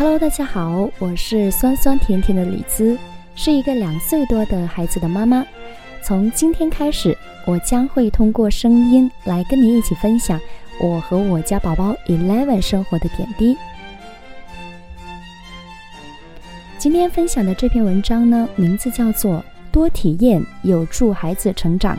Hello， 大家好，我是酸酸甜甜的李姿，是一个2岁多的孩子的妈妈。从今天开始，我将会通过声音来跟你一起分享我和我家宝宝 Eleven 生活的点滴。今天分享的这篇文章呢，名字叫做多体验有助孩子成长。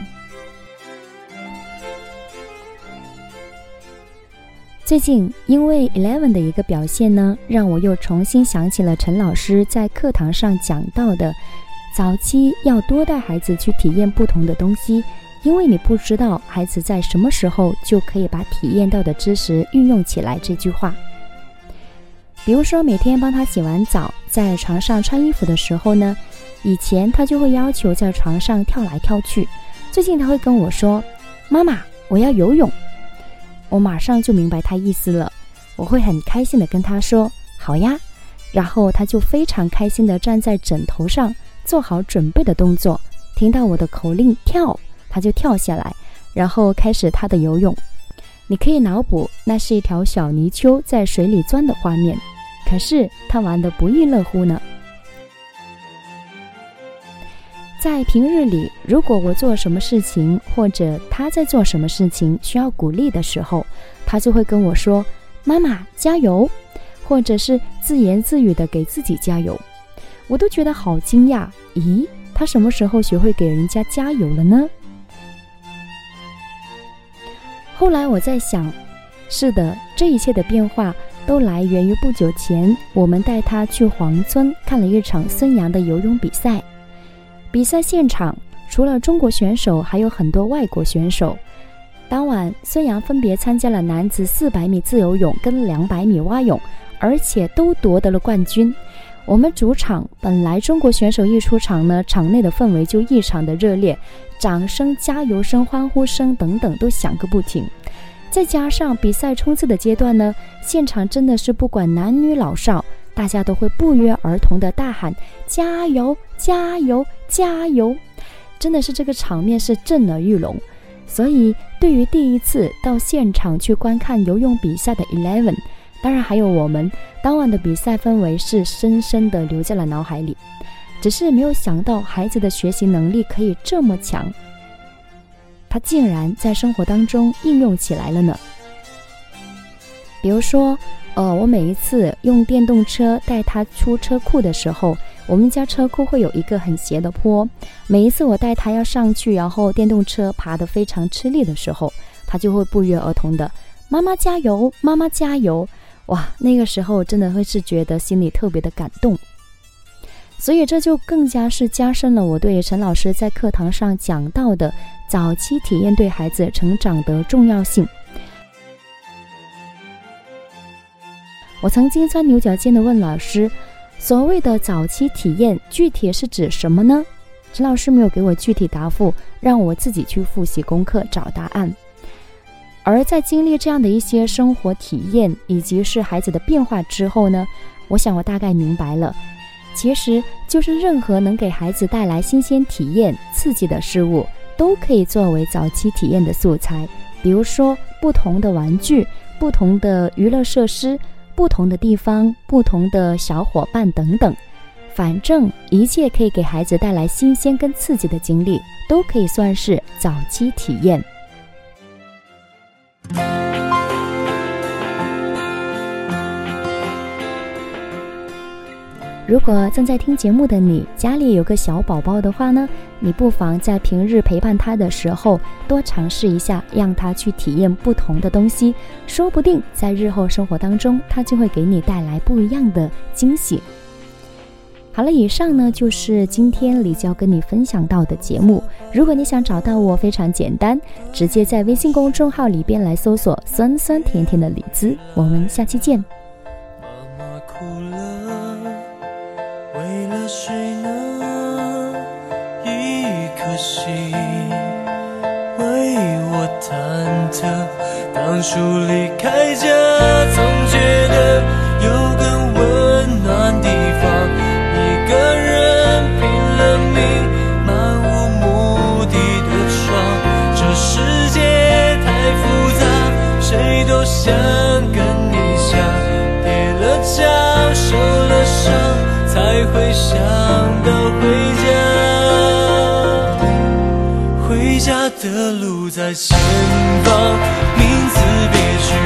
最近因为 Eleven 的一个表现呢，让我又重新想起了陈老师在课堂上讲到的早期要多带孩子去体验不同的东西，因为你不知道孩子在什么时候就可以把体验到的知识运用起来这句话。比如说每天帮他洗完澡，在床上穿衣服的时候呢，以前他就会要求在床上跳来跳去，最近他会跟我说，妈妈，我要游泳。我马上就明白他意思了，我会很开心的跟他说好呀，然后他就非常开心的站在枕头上做好准备的动作，听到我的口令跳，他就跳下来，然后开始他的游泳。你可以脑补那是一条小泥鳅在水里钻的画面，可是他玩得不亦乐乎呢。在平日里，如果我做什么事情，或者他在做什么事情需要鼓励的时候，他就会跟我说，妈妈加油，或者是自言自语的给自己加油。我都觉得好惊讶，咦，他什么时候学会给人家加油了呢？后来我在想，是的，这一切的变化都来源于不久前我们带他去黄村看了一场孙杨的游泳比赛。比赛现场除了中国选手，还有很多外国选手。当晚孙杨分别参加了男子400米自由泳跟200米蛙泳，而且都夺得了冠军。我们主场本来中国选手一出场呢，场内的氛围就异常的热烈，掌声、加油声、欢呼声等等都响个不停。再加上比赛冲刺的阶段呢，现场真的是不管男女老少，大家都会不约而同的大喊加油加油加油，真的是这个场面是震耳欲聋。所以对于第一次到现场去观看游泳比赛的 Eleven， 当然还有我们，当晚的比赛氛围是深深的留在了脑海里。只是没有想到孩子的学习能力可以这么强，他竟然在生活当中应用起来了呢。比如说我每一次用电动车带他出车库的时候，我们家车库会有一个很斜的坡，每一次我带他要上去，然后电动车爬得非常吃力的时候，他就会不约而同的妈妈加油妈妈加油。哇，那个时候真的会是觉得心里特别的感动。所以这就更加是加深了我对陈老师在课堂上讲到的早期体验对孩子成长的重要性。我曾经钻牛角尖地问老师，所谓的早期体验具体是指什么呢？陈老师没有给我具体答复，让我自己去复习功课找答案。而在经历这样的一些生活体验以及是孩子的变化之后呢，我想我大概明白了，其实就是任何能给孩子带来新鲜体验刺激的事物都可以作为早期体验的素材。比如说不同的玩具、不同的娱乐设施、不同的地方、不同的小伙伴等等，反正一切可以给孩子带来新鲜跟刺激的经历都可以算是早期体验。如果正在听节目的你家里有个小宝宝的话呢，你不妨在平日陪伴他的时候多尝试一下，让他去体验不同的东西，说不定在日后生活当中他就会给你带来不一样的惊喜。好了，以上呢就是今天李娇跟你分享到的节目。如果你想找到我，非常简单，直接在微信公众号里边来搜索酸酸甜甜的李姿。我们下期见。 妈妈哭了，为了谁呢？一颗心为我忐忑，当初离开家，总觉得有个温暖地方，一个人拼了命，漫无目的的闯，这世界太复杂，谁都想跟你像，跌了脚受上才会想到回家。回家的路在前方，名字别去